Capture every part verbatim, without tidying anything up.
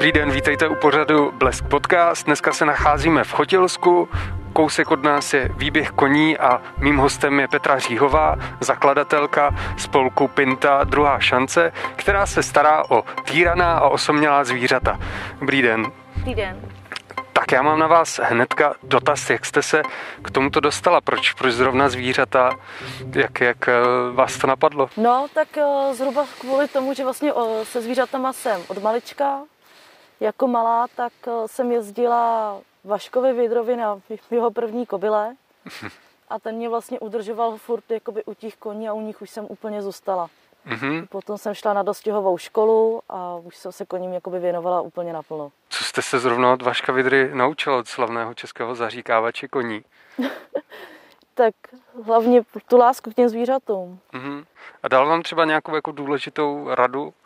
Dobrý den, vítejte u pořadu Blesk Podcast. Dneska se nacházíme v Chotělsku, kousek od nás je výběh koní a mým hostem je Petra Říhová, zakladatelka spolku Pinta Druhá šance, která se stará o týraná a osamělá zvířata. Dobrý den. Dobrý den. Tak já mám na vás hnedka dotaz, jak jste se k tomuto dostala, proč, proč zrovna zvířata, jak, jak vás to napadlo? No, tak zhruba kvůli tomu, že vlastně se zvířatama jsem od malička. Jako malá, tak jsem jezdila Vaškovi Vidrovi na jeho první kobyle a ten mě vlastně udržoval furt jakoby u těch koní a u nich už jsem úplně zůstala. Mm-hmm. Potom jsem šla na dostěhovou školu a už jsem se koním jakoby věnovala úplně naplno. Co jste se zrovna od Vaška Vidry naučila, od slavného českého zaříkávače koní? Tak hlavně tu lásku k těm zvířatům. Mm-hmm. A dal vám třeba nějakou jako důležitou radu?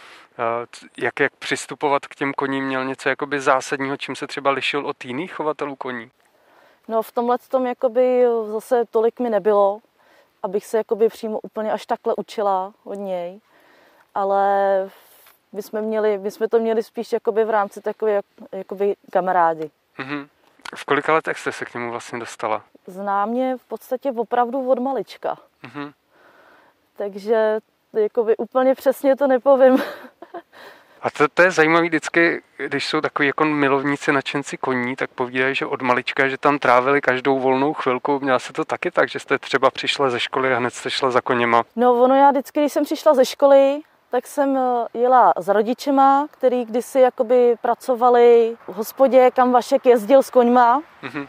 Jak, jak přistupovat k těm koním, měl něco jakoby zásadního, čím se třeba lišil od jiných chovatelů koní? No v tomhle tom jakoby zase tolik mi nebylo, abych se jakoby přímo úplně až takhle učila od něj, ale my jsme, měli, my jsme to měli spíš jakoby v rámci takové jak, jakoby kamarádi. Mm-hmm. V kolika letech jste se k němu vlastně dostala? Zná mě v podstatě opravdu od malička. Mm-hmm. Takže jakoby úplně přesně to nepovím. A to, to je zajímavé vždycky, když jsou takový jako milovníci, nadšenci koní, tak povídají, že od malička, že tam trávili každou volnou chvilku. Měla se to taky tak, že jste třeba přišla ze školy a hned jste šla za koněma? No ono já vždycky, když jsem přišla ze školy, tak jsem jela za rodičema, který kdysi jakoby pracovali v hospodě, kam Vašek jezdil s koňma. Mm-hmm.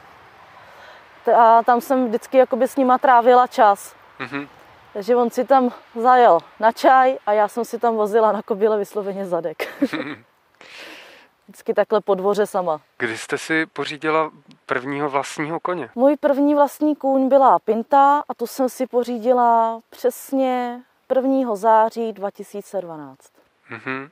A tam jsem vždycky jakoby s nima trávila čas. Mm-hmm. Takže on si tam zajel na čaj a já jsem si tam vozila na kobyle vysloveně zadek. Vždycky takhle po dvoře sama. Kdy jste si pořídila prvního vlastního koně? Můj první vlastní kůň byla Pinta a tu jsem si pořídila přesně prvního září dva tisíce dvanáct. Mm-hmm.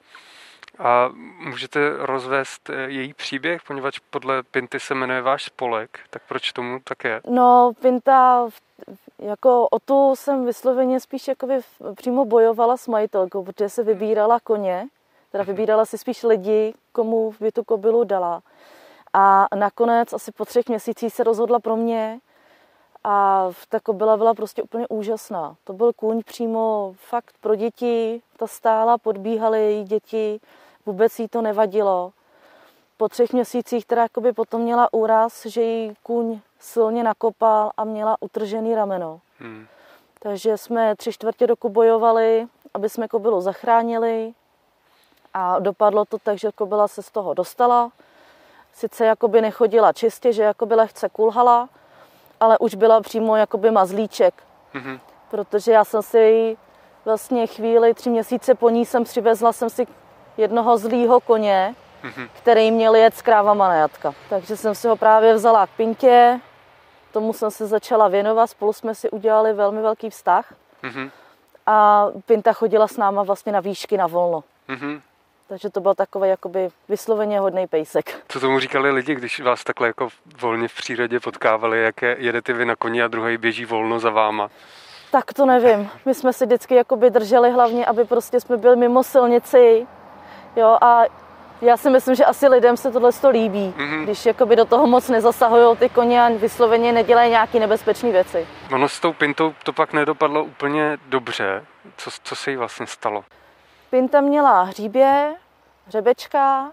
A můžete rozvést její příběh, poněvadž podle Pinty se jmenuje váš spolek, tak proč tomu tak je? No, Pinta, jako o tu jsem vysloveně spíš jakoby přímo bojovala s majitelkou, protože se vybírala koně, teda vybírala si spíš lidi, komu by tu kobylu dala. A nakonec asi po třech měsících se rozhodla pro mě a ta kobyla byla prostě úplně úžasná. To byl kůň přímo fakt pro děti, ta stála, podbíhaly její děti, vůbec jí to nevadilo. Po třech měsících teda jakoby potom měla úraz, že jí kůň silně nakopal a měla utržený rameno. Hmm. Takže jsme tři čtvrtě roku bojovali, aby jsme kobylu zachránili a dopadlo to tak, že kobyla se z toho dostala. Sice jakoby nechodila čistě, že jakoby lehce kulhala, ale už byla přímo jakoby mazlíček. Hmm. Protože já jsem si vlastně chvíli, tři měsíce po ní jsem přivezla jsem si jednoho zlýho koně, mm-hmm. který měl jet s krávama na jatka. Takže jsem si ho právě vzala k Pintě, tomu jsem se začala věnovat, spolu jsme si udělali velmi velký vztah. Mm-hmm. A Pinta chodila s náma vlastně na výšky na volno. Mm-hmm. Takže to byl takový jakoby vysloveně hodnej pejsek. Co tomu říkali lidi, když vás takhle jako volně v přírodě potkávali, jak jedete vy na koni a druhý běží volno za váma? Tak to nevím. My jsme si vždycky jakoby drželi hlavně, aby prostě jsme byli mimo silnici. Jo, a já si myslím, že asi lidem se tohle to líbí, mm-hmm. když jakoby do toho moc nezasahují ty koně a vysloveně nedělají nějaké nebezpečné věci. Ono s tou Pintou to pak nedopadlo úplně dobře. Co, co se jí vlastně stalo? Pinta měla hříbě, hřebečka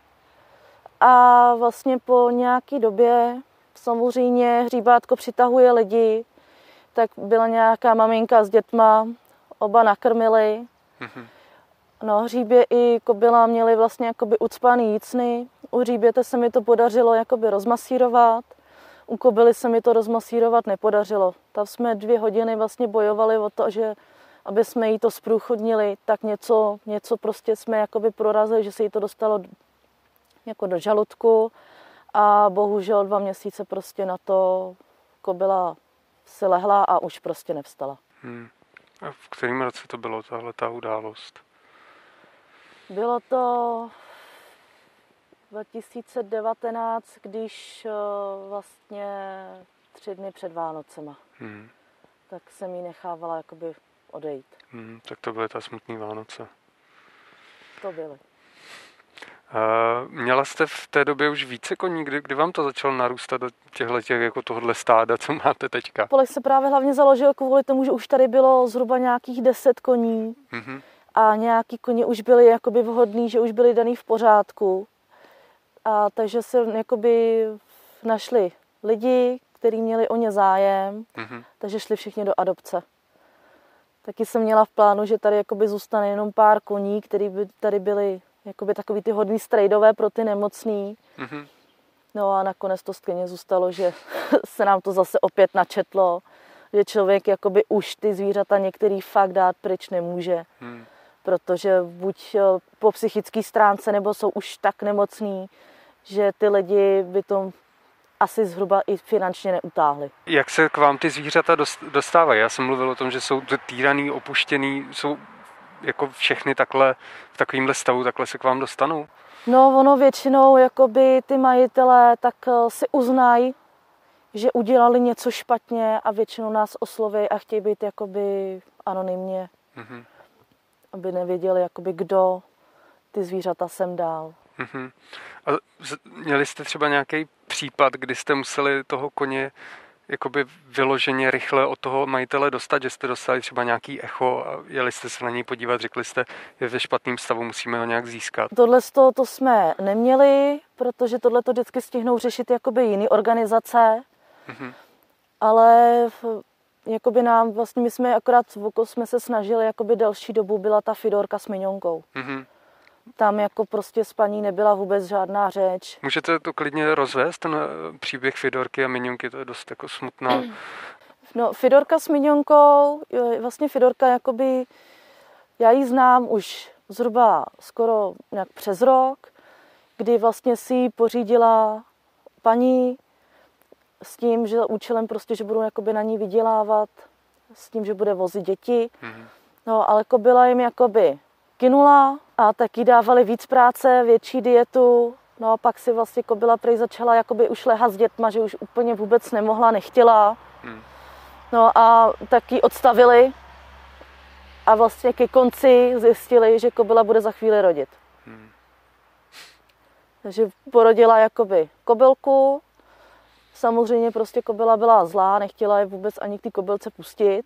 a vlastně po nějaké době samozřejmě hříbátko přitahuje lidi, tak byla nějaká maminka s dětma, oba nakrmili. Mm-hmm. No, hříbě i kobyla měly vlastně jakoby ucpaný jícny. U hříběte se mi to podařilo jakoby rozmasírovat. U kobyly se mi to rozmasírovat nepodařilo. Tam jsme dvě hodiny vlastně bojovali o to, že aby jsme jí to zprůchodnili, tak něco, něco prostě jsme jakoby prorazili, že se jí to dostalo jako do žaludku. A bohužel dva měsíce prostě na to kobyla si lehla a už prostě nevstala. Hmm. A v kterém roce to bylo, tahle ta událost? Bylo to dva tisíce devatenáct, když vlastně tři dny před Vánocema. Hmm. Tak jsem jí nechávala jakoby odejít. Hmm, tak to byly ta smutný Vánoce. To byly. Uh, měla jste v té době už více koní? Kdy, kdy vám to začalo narůstat do těchto těch, jako tohohle stáda, co máte teďka? Spolek se právě hlavně založil kvůli tomu, že už tady bylo zhruba nějakých deset koní mm-hmm. a nějaký koně už byly jakoby vhodný, že už byly daný v pořádku. A takže se jakoby našli lidi, kteří měli o ně zájem, mm-hmm. takže šli všichni do adopce. Taky jsem měla v plánu, že tady jakoby zůstane jenom pár koní, který by tady byly jakoby takový ty hodný strejdové pro ty nemocný. Mm-hmm. No a nakonec to stejně zůstalo, že se nám to zase opět načetlo, že člověk jakoby už ty zvířata některý fakt dát pryč nemůže. Mm. Protože buď po psychické stránce, nebo jsou už tak nemocný, že ty lidi by to asi zhruba i finančně neutáhli. Jak se k vám ty zvířata dostávají? Já jsem mluvil o tom, že jsou týraný, opuštěný, jsou jako všechny takhle, v takovémhle stavu, takhle se k vám dostanou? No ono většinou jakoby ty majitelé tak si uznají, že udělali něco špatně a většinou nás osloví a chtějí být jakoby anonymně, mm-hmm. aby nevěděli jakoby kdo ty zvířata sem dal. Mm-hmm. A měli jste třeba nějaký případ, kdy jste museli toho koně jakoby vyloženě rychle od toho majitele dostat, že jste dostali třeba nějaký echo a jeli jste se na něj podívat, řekli jste, je ve špatném stavu, musíme ho nějak získat? Tohle to jsme neměli, protože tohle to vždycky stihnou řešit jakoby jiný organizace, mm-hmm. ale jakoby nám vlastně, my jsme akorát jsme se snažili, jakoby delší dobu byla ta Fidorka s Miňonkou. Mm-hmm. Tam jako prostě s paní nebyla vůbec žádná řeč. Můžete to klidně rozvést, ten příběh Fidorky a Miňonky, to je dost jako smutná. No, Fidorka s Miňonkou, vlastně Fidorka jakoby, já ji znám už zhruba skoro nějak přes rok, kdy vlastně si ji pořídila paní s tím, že účelem prostě, že budou jakoby na ní vydělávat, s tím, že bude vozit děti. Mm-hmm. No, ale kobila jim jakoby kynula a taky dávali víc práce, větší dietu. No a pak si vlastně kobila prej začala jakoby už léhat s dětma, že už úplně vůbec nemohla, nechtěla. Hmm. No a taky odstavili a vlastně ke konci zjistili, že kobila bude za chvíli rodit. Hmm. Takže porodila jakoby kobylku. Samozřejmě prostě kobila byla zlá, nechtěla je vůbec ani k té kobylce pustit.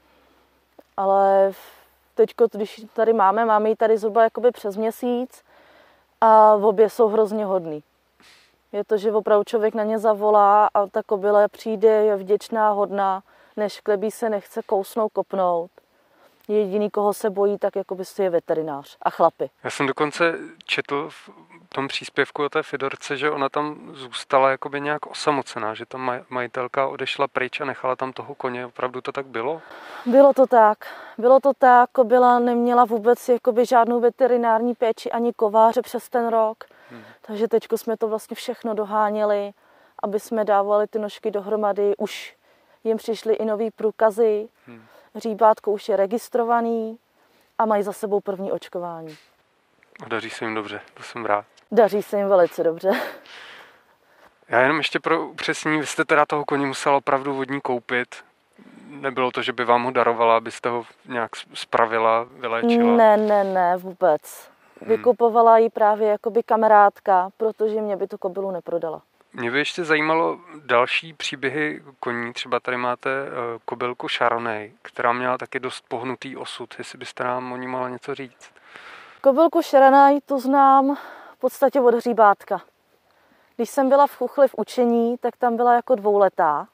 Ale teďko, když tady máme, máme ji tady zhruba jakoby přes měsíc a obě jsou hrozně hodný. Je to, že opravdu člověk na ně zavolá a ta kobyla přijde, je vděčná, hodná, než klebí se nechce kousnout, kopnout. Jediný, koho se bojí, tak jakoby je veterinář a chlapy. Já jsem dokonce četl v tom příspěvku o té Fidorce, že ona tam zůstala jakoby nějak osamocená, že ta majitelka odešla pryč a nechala tam toho koně. Opravdu to tak bylo? Bylo to tak. Bylo to tak. Kobila neměla vůbec jakoby žádnou veterinární péči ani kováře přes ten rok. Hmm. Takže teďko jsme to vlastně všechno doháněli, aby jsme dávali ty nožky dohromady. Už jim přišly i nový průkazy. Hmm. Hříbátko už je registrovaný a mají za sebou první očkování. A daří se jim dobře, to jsem rád. Daří se jim velice dobře. Já jenom ještě pro upřesnění, vy jste teda toho koně musel opravdu vodní koupit. Nebylo to, že by vám ho darovala, abyste ho nějak spravila, vyléčila? Ne, ne, ne, vůbec. Hmm. Vykupovala ji právě jakoby kamarádka, protože mě by tu kobylu neprodala. Mě by ještě zajímalo další příběhy koní. Třeba tady máte kobylku Sharonej, která měla taky dost pohnutý osud. Jestli byste nám o ní mohla něco říct. Kobylku Sharonej tu znám v podstatě od hříbátka. Když jsem byla v Chuchli v učení, tak tam byla jako dvouletá.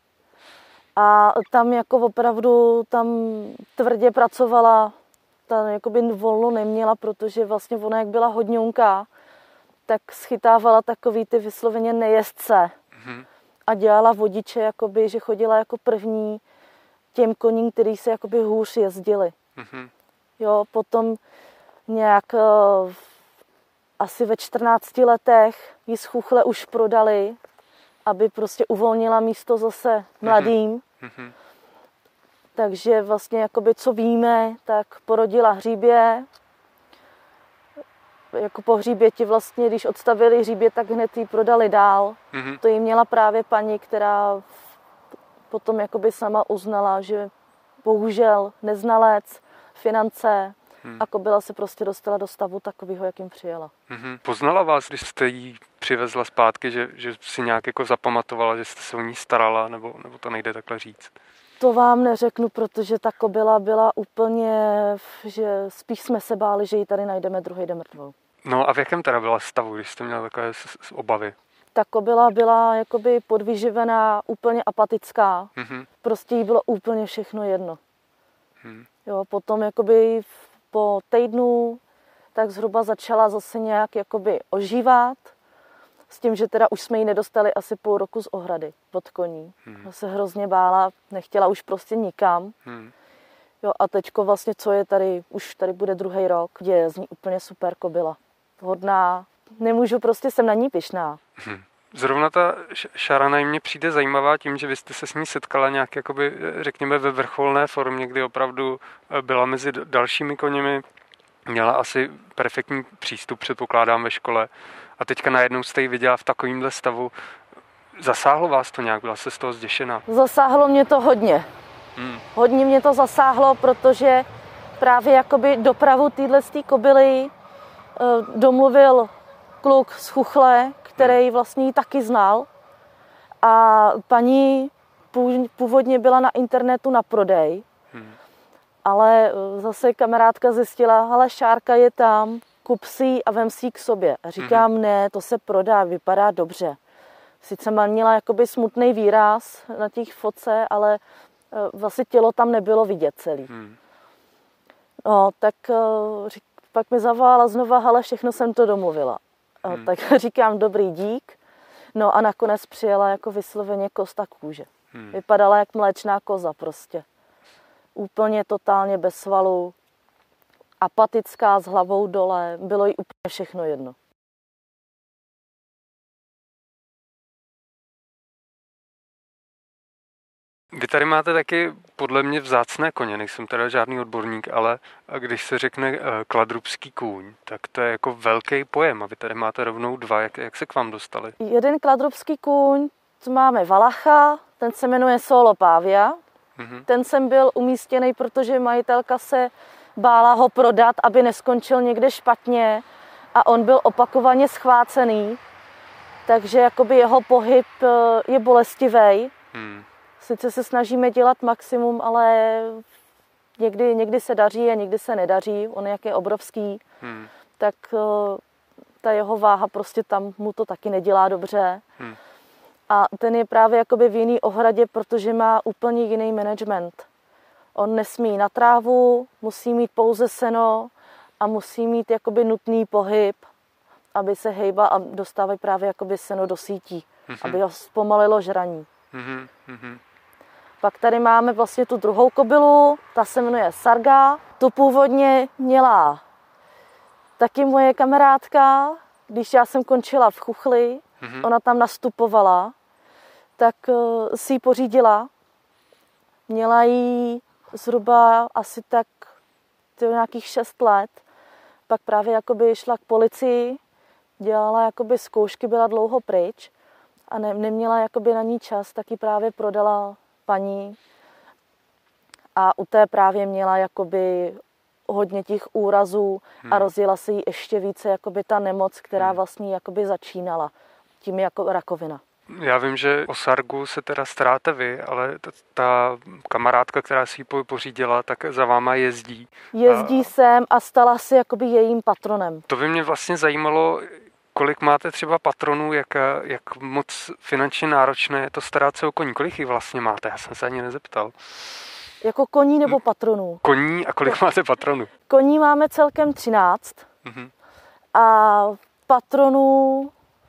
A tam jako opravdu tam tvrdě pracovala, ta jakoby volno neměla, protože vlastně ona jak byla hodňunka, tak schytávala takový ty vysloveně nejezdce mm-hmm. a dělala vodiče, jakoby, že chodila jako první těm koním, který se jakoby hůř jezdili. Mm-hmm. Jo, potom nějak uh, asi ve čtrnácti letech ji z Chuchle už prodali, aby prostě uvolnila místo zase mladým. Mm-hmm. Takže vlastně jakoby, co víme, tak porodila hříbě. Jako po hříběti vlastně, když odstavili hříbě, tak hned ji prodali dál. Mm-hmm. To jí měla právě paní, která potom jakoby sama uznala, že bohužel neznalec, finance Hmm. A kobila se prostě dostala do stavu takového, jakým přijela. Hmm. Poznala vás, když jste jí přivezla zpátky, že, že si nějak jako zapamatovala, že jste se o ní starala, nebo, nebo to nejde takhle říct? To vám neřeknu, protože ta kobila byla úplně, že spíš jsme se báli, že ji tady najdeme druhý den mrtvou. No a v jakém teda byla stavu, když jste měla takové obavy? Ta kobila byla jakoby podvyživená, úplně apatická. Mm-hmm. Prostě jí bylo úplně všechno jedno. Mm. Jo, potom jakoby po týdnu tak zhruba začala zase nějak jakoby ožívat. S tím, že teda už jsme ji nedostali asi půl roku z ohrady od koní. Hmm. Se hrozně bála, nechtěla už prostě nikam. Hmm. Jo, a teďko vlastně, co je tady, už tady bude druhý rok, je z ní úplně super kobila. Hodná, nemůžu, prostě jsem na ní pyšná. Hmm. Zrovna ta šarana mně přijde zajímavá tím, že vy jste se s ní setkala nějak, jakoby, řekněme, ve vrcholné formě, kdy opravdu byla mezi dalšími koněmi, měla asi perfektní přístup, předpokládám, ve škole. A teďka najednou jste ji viděla v takovémhle stavu. Zasáhlo vás to nějak? Byla jste z toho zděšená? Zasáhlo mě to hodně. Hmm. Hodně mě to zasáhlo, protože právě jakoby dopravu téhletý kobily domluvil kluk z Chuchle, který vlastně ji taky znal. A paní původně byla na internetu na prodej, hmm. ale zase kamarádka zjistila, ale Šárka je tam, kup si ji a vem si ji k sobě. A říkám, hmm. ne, to se prodá, vypadá dobře. Sice měla jakoby smutný výraz na těch fotce, ale vlastně tělo tam nebylo vidět celý. Hmm. No, tak řík, pak mi zavolala znova, ale všechno jsem to domluvila. Hmm. Tak říkám, dobrý dík. No a nakonec přijela jako vysloveně kost a kůže. Hmm. Vypadala jak mléčná koza prostě. Úplně totálně bez svalu. Apatická, s hlavou dole. Bylo jí úplně všechno jedno. Vy tady máte taky podle mě vzácné koně, nejsem teda žádný odborník, ale když se řekne kladrubský kůň, tak to je jako velký pojem a vy tady máte rovnou dva, jak, jak se k vám dostali? Jeden kladrubský kůň, to máme Valacha, ten se jmenuje Solo Pavia. Mm-hmm. Ten jsem byl umístěný, protože majitelka se bála ho prodat, aby neskončil někde špatně a on byl opakovaně schvácený, takže jakoby jeho pohyb je bolestivý. Hmm. Sice se snažíme dělat maximum, ale někdy, někdy se daří a někdy se nedaří. On jak je obrovský, hmm. tak ta jeho váha prostě tam mu to taky nedělá dobře. Hmm. A ten je právě jakoby v jiný ohradě, protože má úplně jiný management. On nesmí na trávu, musí mít pouze seno a musí mít jakoby nutný pohyb, aby se hejbal a dostávají právě jakoby seno do sítí, mm-hmm. aby ho zpomalilo žraní. Mm-hmm. Pak tady máme vlastně tu druhou kobylu, ta se jmenuje Sarga. Tu původně měla taky moje kamarádka, když já jsem končila v Chuchli, mm-hmm. ona tam nastupovala, tak uh, si ji pořídila. Měla jí zhruba asi tak nějakých šest let. Pak právě jakoby šla k policii, dělala jakoby zkoušky, byla dlouho pryč a ne, neměla jakoby na ní čas, tak ji právě prodala paní. A u té právě měla jakoby hodně těch úrazů hmm. a rozjela se jí ještě více jakoby ta nemoc, která hmm. vlastně jakoby začínala. Tím jako rakovina. Já vím, že o Sargu se teda staráte vy, ale ta, ta kamarádka, která si ji pořídila, tak za váma jezdí. Jezdí a... sem a stala se jakoby jejím patronem. To by mě vlastně zajímalo, kolik máte třeba patronů, jak, jak moc finančně náročné je to starat se o koní. Kolik jich vlastně máte? Já jsem se ani nezeptal. Jako koní nebo patronů? Koní a kolik máte patronů? Koní máme celkem třináct mm-hmm. a patronů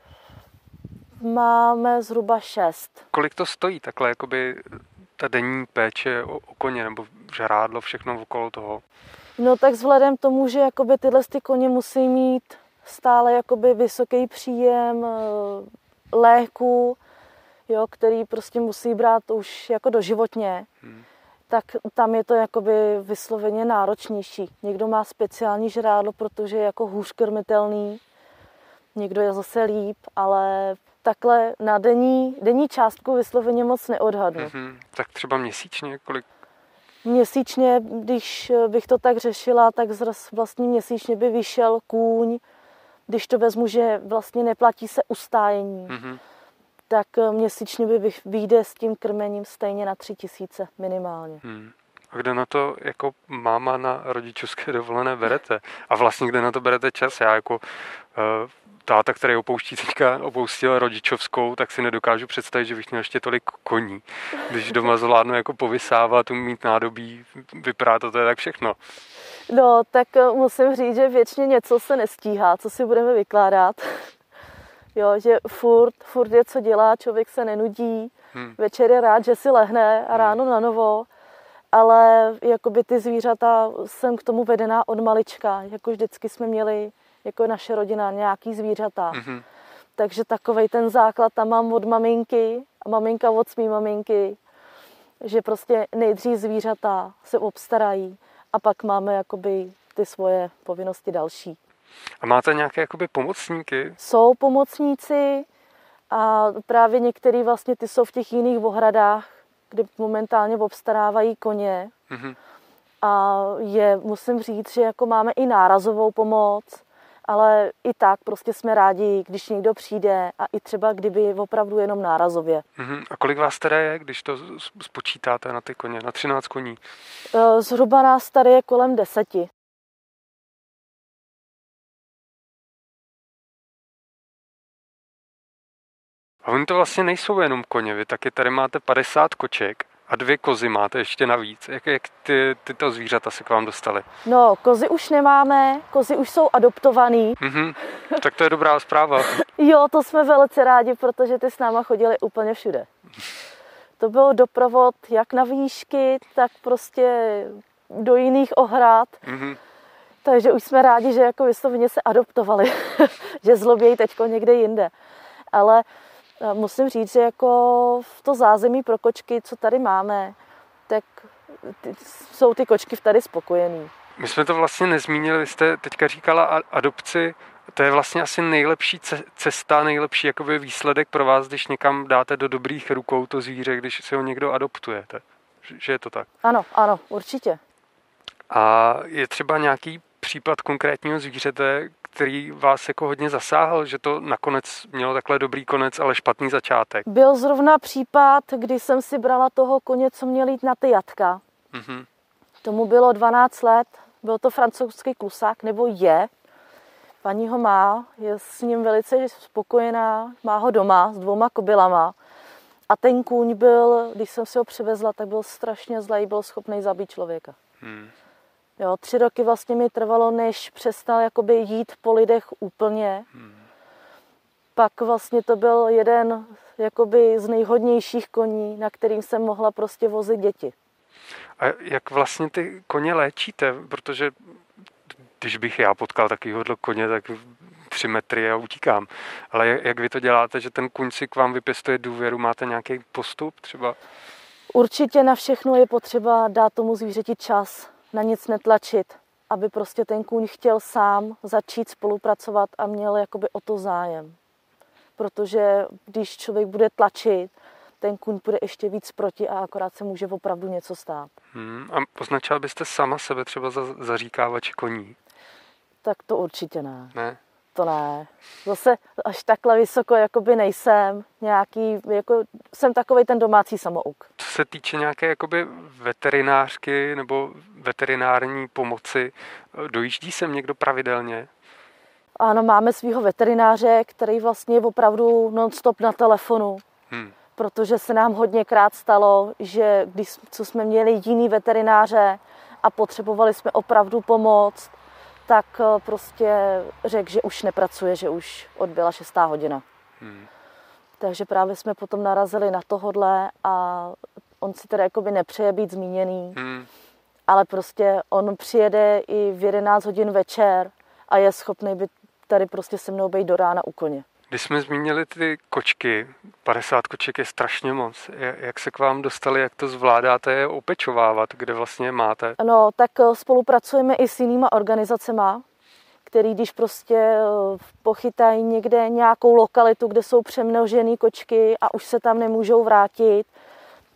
máme zhruba šest. Kolik to stojí takhle, jakoby ta denní péče o, o koně nebo žrádlo, všechno okolo toho? No tak vzhledem tomu, že jakoby tyhle ty koně musí mít stále jakoby vysoký příjem léku, jo, který prostě musí brát už jako doživotně, hmm. tak tam je to jakoby vysloveně náročnější. Někdo má speciální žrádlo, protože je jako hůř krmitelný, někdo je zase líp, ale takhle na denní, denní částku vysloveně moc neodhadnu. Mm-hmm. Tak třeba měsíčně kolik? Měsíčně, když bych to tak řešila, tak vlastně měsíčně by vyšel kůň, když to vezmu, že vlastně neplatí se ustájení, mm-hmm. tak měsíčně by vyjde s tím krmením stejně na tři tisíce minimálně. Hmm. A kde na to jako máma na rodičovské dovolené berete? A vlastně kde na to berete čas? Já jako uh, táta, který opouští teďka, opustil rodičovskou, tak si nedokážu představit, že bych měl ještě tolik koní. Když doma zvládnu jako povysávat, mít nádobí, vypadá to, to je tak všechno. No, tak musím říct, že většině něco se nestíhá, co si budeme vykládat. Jo, že furt, furt je co dělá, člověk se nenudí, hmm. večer je rád, že si lehne a ráno na novo, ale jakoby ty zvířata jsem k tomu vedená od malička, jako vždycky jsme měli jako naše rodina nějaký zvířata. Hmm. Takže takovej ten základ tam mám od maminky a maminka od svý maminky, že prostě nejdřív zvířata se obstarají a pak máme jakoby ty svoje povinnosti další. A máte nějaké jakoby pomocníky? Jsou pomocníci a právě některý vlastně ty jsou v těch jiných ohradách, kde momentálně obstarávají koně. Mm-hmm. A je, musím říct, že jako máme i nárazovou pomoc, ale i tak prostě jsme rádi, když někdo přijde a i třeba kdyby opravdu jenom nárazově. Mm-hmm. A kolik vás teda je, když to spočítáte na ty koně, na třináct koní? Zhruba nás tady je kolem deseti. A oni to vlastně nejsou jenom koně, vy taky tady máte padesát koček a dvě kozy máte ještě navíc. Jak, jak ty, tyto zvířata se k vám dostaly? No, kozy už nemáme, kozy už jsou adoptovaný. Mm-hmm. Tak to je dobrá zpráva. Jo, to jsme velice rádi, protože ty s náma chodili úplně všude. To byl doprovod jak na výšky, tak prostě do jiných ohrad. Mm-hmm. Takže už jsme rádi, že jako vysloveně se adoptovali, že zlobějí teďko někde jinde. Ale musím říct, že jako v to zázemí pro kočky, co tady máme, tak ty, jsou ty kočky tady spokojený. My jsme to vlastně nezmínili, jste teďka říkala adopci, to je vlastně asi nejlepší cesta, nejlepší jakoby výsledek pro vás, když někam dáte do dobrých rukou to zvíře, když si ho někdo adoptuje, že je to tak? Ano, ano, určitě. A je třeba nějaký případ konkrétního zvířete, který vás jako hodně zasáhl, že to nakonec mělo takhle dobrý konec, ale špatný začátek? Byl zrovna případ, kdy jsem si brala toho koně, co měl jít na ty jatka. Mm-hmm. Tomu bylo dvanáct let, byl to francouzský klusák, nebo je. Paní ho má, je s ním velice spokojená, má ho doma s dvouma kobylama. A ten kůň byl, když jsem si ho přivezla, tak byl strašně zlej, byl schopný zabít člověka. Hmm. Jo, tři roky vlastně mi trvalo, než přestal jakoby jít po lidech úplně. Hmm. Pak vlastně to byl jeden jakoby z nejhodnějších koní, na kterým jsem mohla prostě vozit děti. A jak vlastně ty koně léčíte? Protože když bych já potkal takovýhodle koně, tak tři metry a utíkám. Ale jak vy to děláte, že ten kuň si k vám vypěstuje důvěru? Máte nějaký postup třeba? Určitě na všechno je potřeba dát tomu zvířeti čas, na nic netlačit, aby prostě ten kůň chtěl sám začít spolupracovat a měl jakoby o to zájem. Protože když člověk bude tlačit, ten kůň půjde ještě víc proti a akorát se může opravdu něco stát. Hmm, a označila byste sama sebe třeba za zaříkávač koní? Tak to určitě ne. Ne? To ne. Zase až takhle vysoko jakoby nejsem. Nějaký, jako, jsem takovej ten domácí samouk. Co se týče nějaké jakoby veterinářky nebo veterinární pomoci, dojíždí sem někdo pravidelně? Ano, máme svého veterináře, který vlastně je opravdu non-stop na telefonu. Hmm. Protože se nám hodněkrát stalo, že když co jsme měli jiný veterináře a potřebovali jsme opravdu pomoc, tak prostě řekl, že už nepracuje, že už odbyla šestá hodina. Hmm. Takže právě jsme potom narazili na tohodle a on si teda jakoby nepřeje být zmíněný, hmm. ale prostě on přijede i v jedenáct hodin večer a je schopný být tady prostě se mnou být do rána u koně. Když jsme zmínili ty kočky, padesát koček je strašně moc. Jak se k vám dostali, jak to zvládáte je opečovávat, kde vlastně je máte? No, tak spolupracujeme i s jinýma organizacema, který když prostě pochytají někde nějakou lokalitu, kde jsou přemnožené kočky a už se tam nemůžou vrátit,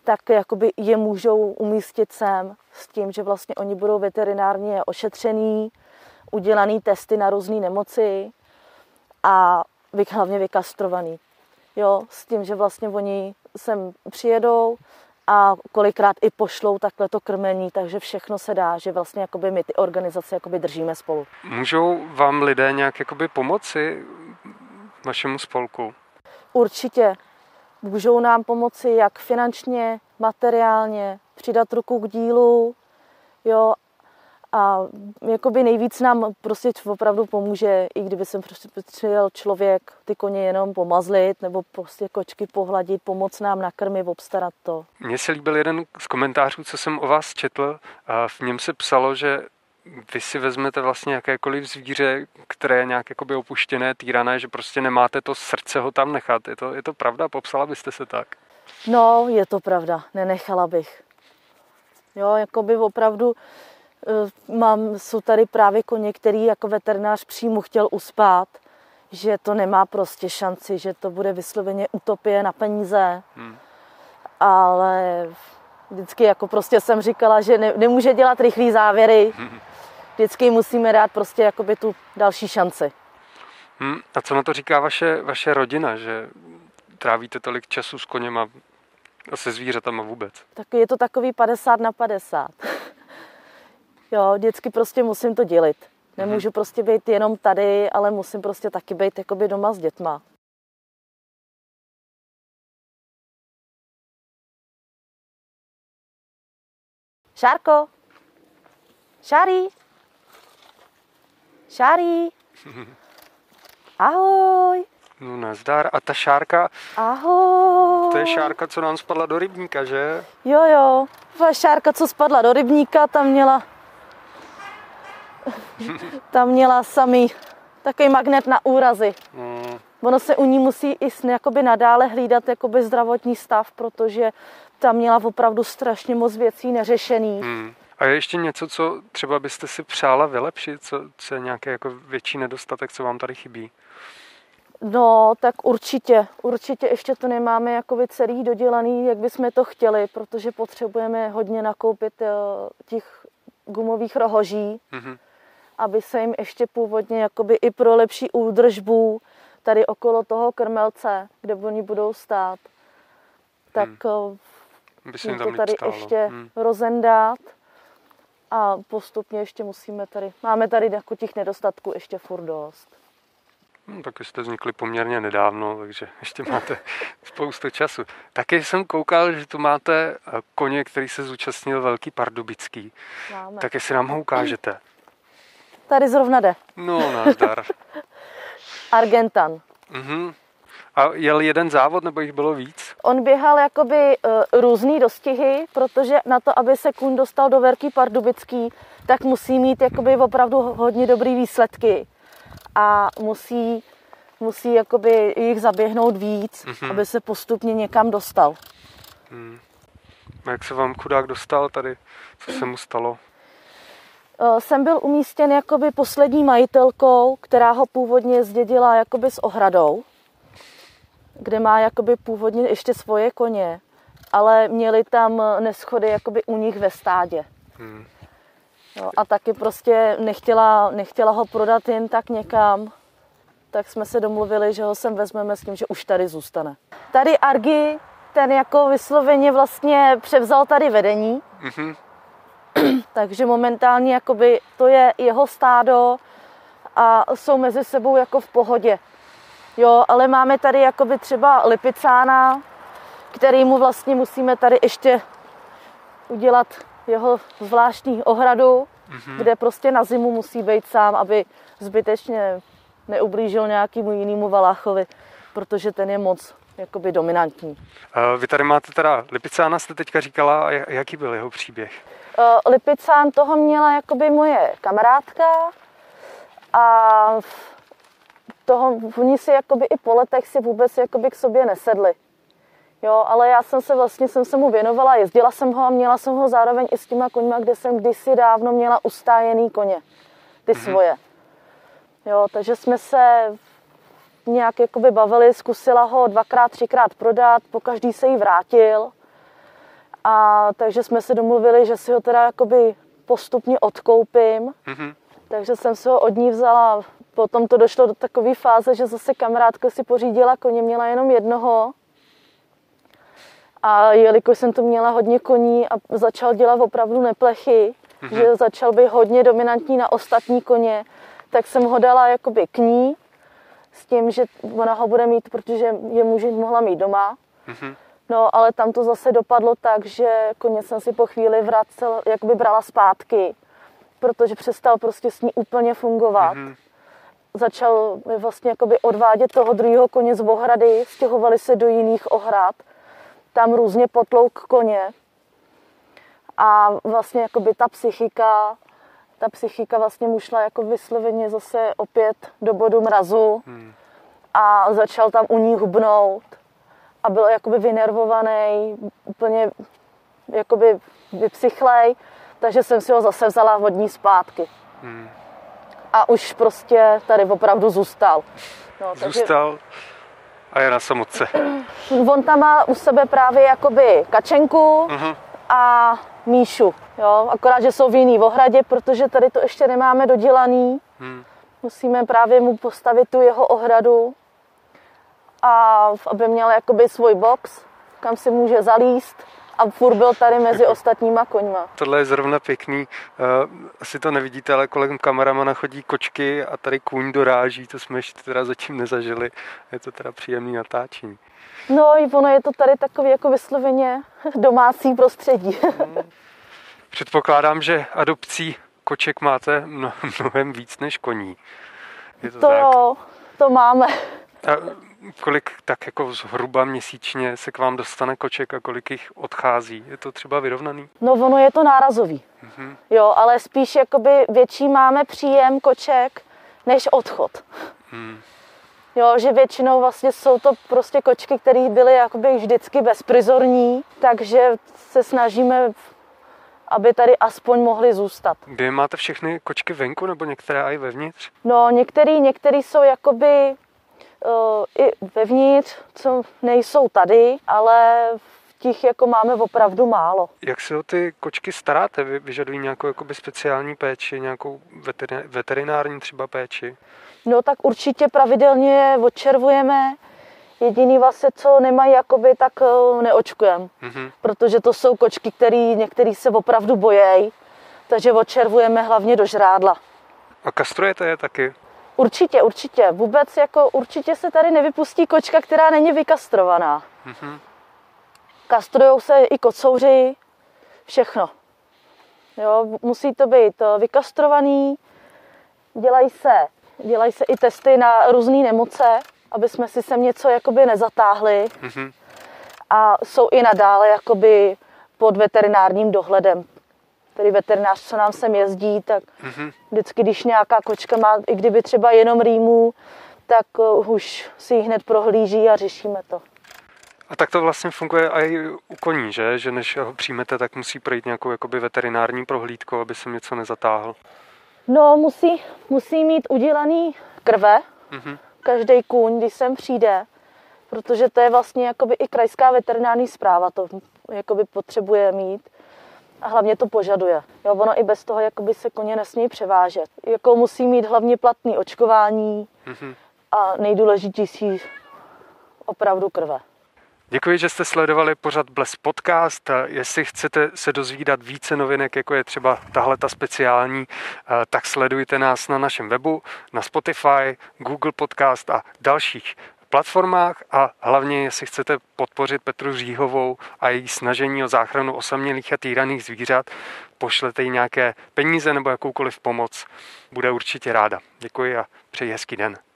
tak jakoby je můžou umístit sem s tím, že vlastně oni budou veterinárně ošetřený, udělaný testy na různé nemoci a hlavně vykastrovaný. Jo, s tím, že vlastně oni sem přijedou a kolikrát i pošlou takhle to krmení, takže všechno se dá, že vlastně jakoby my ty organizace jakoby držíme spolu. Můžou vám lidé nějak jakoby pomoci vašemu spolku? Určitě. Můžou nám pomoci jak finančně, materiálně, přidat ruku k dílu, jo, a jakoby nejvíc nám prostě opravdu pomůže, i kdyby sem prostě přijel člověk ty koně jenom pomazlit nebo prostě kočky pohladit, pomoct nám nakrmit, obstarat to. Mně se líbil jeden z komentářů, co jsem o vás četl, a v něm se psalo, že vy si vezmete vlastně jakékoliv zvíře, které je nějak jakoby opuštěné, týrané, že prostě nemáte to srdce ho tam nechat. Je to, je to pravda? Popsala byste se tak? No, je to pravda. Nenechala bych. Jo, jakoby opravdu mám, jsou tady právě koně, který jako veterinář přímo chtěl uspát, že to nemá prostě šanci, že to bude vysloveně utopie na peníze. Hmm. Ale vždycky jako prostě jsem říkala, že ne, nemůže dělat rychlý závěry. Hmm. Vždycky musíme dát prostě jakoby tu další šanci. Hmm. A co na to říká vaše, vaše rodina, že trávíte tolik času s koněma a se zvířatama vůbec? Tak je to takový padesát na padesát. Jo, vždycky prostě musím to dělit. Nemůžu prostě být jenom tady, ale musím prostě taky být jakoby doma s dětma. Šárko! Šárí! Šárí! Ahoj! No nazdar. A ta šárka? Ahoj! To je šárka, co nám spadla do rybníka, že? Jo, jo. Ta šárka, co spadla do rybníka, tam měla tam měla samý takový magnet na úrazy. Mm. Ono se u ní musí i jakoby nadále hlídat jakoby zdravotní stav, protože tam měla opravdu strašně moc věcí neřešených. Mm. A je ještě něco, co třeba byste si přála vylepšit? Co, co je nějaký jako větší nedostatek, co vám tady chybí? No, tak určitě. Určitě ještě to nemáme jakoby celý dodělaný, jak bychom to chtěli, protože potřebujeme hodně nakoupit těch gumových rohoží, mm-hmm. aby se jim ještě původně jakoby i pro lepší údržbu tady okolo toho krmelce, kde oni budou stát, tak hmm. by se jim to tady stálo. ještě hmm. rozendat a postupně ještě musíme tady, máme tady jako těch nedostatků ještě furt dost. Hmm, taky jste vznikli poměrně nedávno, takže ještě máte spoustu času. Taky jsem koukal, že tu máte koně, který se zúčastnil Velký Pardubický. Máme. Tak jestli nám ho ukážete. Tady zrovna jde. No, nazdar. Argentan. Uh-huh. A jel jeden závod, nebo jich bylo víc? On běhal jakoby uh, různý dostihy, protože na to, aby se kůň dostal do Velký Pardubický, tak musí mít jakoby opravdu hodně dobrý výsledky. A musí, musí jakoby jich zaběhnout víc, uh-huh. aby se postupně někam dostal. Hmm. A jak se vám chudák dostal tady? Co se mu stalo? Jsem byl umístěn jakoby poslední majitelkou, která ho původně zdědila jakoby s ohradou, kde má jakoby původně ještě svoje koně, ale měli tam neschody jakoby u nich ve stádě. Hmm. Jo, a taky prostě nechtěla, nechtěla ho prodat jen tak někam, tak jsme se domluvili, že ho sem vezmeme s tím, že už tady zůstane. Tady Argy, ten jako vysloveně vlastně převzal tady vedení. Mm-hmm. Takže momentálně jakoby to je jeho stádo a jsou mezi sebou jako v pohodě. Jo, ale máme tady jakoby třeba Lipicána, kterýmu vlastně musíme tady ještě udělat jeho zvláštní ohradu, mm-hmm. kde prostě na zimu musí být sám, aby zbytečně neublížil nějakému jinému Valachovi, protože ten je moc jakoby dominantní. Vy tady máte teda Lipicána, jste teďka říkala, a jaký byl jeho příběh? Lipicán, toho měla jakoby moje kamarádka a toho, oni si jakoby i po letech si vůbec jakoby k sobě nesedli. Jo, ale já jsem se vlastně jsem se mu věnovala, jezdila jsem ho a měla jsem ho zároveň i s těma koňma, kde jsem kdysi dávno měla ustájený koně, ty mm-hmm. svoje. Jo, takže jsme se nějak jakoby bavili, zkusila ho dvakrát, třikrát prodat, pokaždý se jí vrátil. A takže jsme se domluvili, že si ho teda jakoby postupně odkoupím. Mm-hmm. Takže jsem si ho od ní vzala. Potom to došlo do takové fáze, že zase kamarádka si pořídila koně, měla jenom jednoho. A jelikož jsem tu měla hodně koní a začal dělat opravdu neplechy, mm-hmm. že začal být hodně dominantní na ostatní koně, tak jsem ho dala jakoby k ní s tím, že ona ho bude mít, protože je může mohla mít doma. Mm-hmm. No, ale tam to zase dopadlo tak, že koně jsem si po chvíli vracel, jakoby brala zpátky, protože přestal prostě s ní úplně fungovat. Mm-hmm. Začal vlastně jakoby odvádět toho druhého koně z ohrady, stěhovali se do jiných ohrad, tam různě potlouk koně. A vlastně jakoby ta psychika, ta psychika vlastně mu šla jako vysloveně zase opět do bodu mrazu mm. a začal tam u ní hubnout. A byl jakoby vynervovaný, úplně jakoby vypsychlej, takže jsem si ho zase vzala od ní zpátky. Hmm. A už prostě tady opravdu zůstal. No, zůstal takže... a je na samotce. On tam má u sebe právě jakoby Kačenku uh-huh. a Míšu. Jo? Akorát, že jsou v jiný ohradě, protože tady to ještě nemáme dodělaný. Hmm. Musíme právě mu postavit tu jeho ohradu. A aby měl jakoby svůj box, kam si může zalíst a furt byl tady mezi ostatníma koňma. Tohle je zrovna pěkný. Asi to nevidíte, ale kolem kameramana chodí kočky a tady kůň doráží, to jsme ještě teda zatím nezažili. Je to teda příjemný natáčení. No i ono je to tady takový jako vysloveně domácí prostředí. Předpokládám, že adopcí koček máte mnohem víc než koní. Je to, to tak? Jo, to máme. A kolik tak jako zhruba měsíčně se k vám dostane koček a kolik jich odchází? Je to třeba vyrovnaný? No ono je to nárazový. Mm-hmm. Jo, ale spíš jakoby větší máme příjem koček než odchod. Mm. Jo, že většinou vlastně jsou to prostě kočky, které byly jakoby vždycky bezprizorní, takže se snažíme, aby tady aspoň mohly zůstat. Vy máte všechny kočky venku nebo některé i vevnitř? No některý, některý jsou jakoby uh, i vevnitř, co nejsou tady, ale těch jako máme opravdu málo. Jak se o ty kočky staráte? Vy vyžadují nějakou jakoby speciální péči, nějakou veterinární třeba péči? No tak určitě pravidelně je odčervujeme. Jediný vlastně, co nemají, jakoby, tak neočkujeme. Mm-hmm. Protože to jsou kočky, který některý se opravdu bojejí. Takže odčervujeme hlavně do žrádla. A kastrujete je taky? Určitě, určitě. Vůbec jako určitě se tady nevypustí kočka, která není vykastrovaná. Mm-hmm. Kastrujou se i kocouři, všechno. Jo, musí to být vykastrovaný, dělají se, dělají se i testy na různé nemoce, aby jsme si sem něco jakoby nezatáhli. Mm-hmm. A jsou i nadále jakoby pod veterinárním dohledem. Tedy veterinář, co nám sem jezdí, tak mm-hmm. vždycky, když nějaká kočka má, i kdyby třeba jenom rýmu, tak uh, už si ji hned prohlíží a řešíme to. A tak to vlastně funguje i u koní, že? Že než ho přijmete, tak musí projít nějakou jakoby veterinární prohlídkou, aby se něco nezatáhl. No, musí, musí mít udělaný krve, mm-hmm. každý kůň, když sem přijde, protože to je vlastně jakoby i krajská veterinární správa, to jakoby potřebuje mít a hlavně to požaduje. Jo, ono i bez toho jakoby se koně nesmí převážet. Jako musí mít hlavně platný očkování mm-hmm. a nejdůležitější opravdu krve. Děkuji, že jste sledovali pořad Blesk Podcast. Jestli chcete se dozvídat více novinek, jako je třeba tahleta speciální, tak sledujte nás na našem webu, na Spotify, Google Podcast a dalších platformách a hlavně, jestli chcete podpořit Petru Říhovou a její snažení o záchranu osamělých a týraných zvířat, pošlete jí nějaké peníze nebo jakoukoliv pomoc. Bude určitě ráda. Děkuji a přeji hezký den.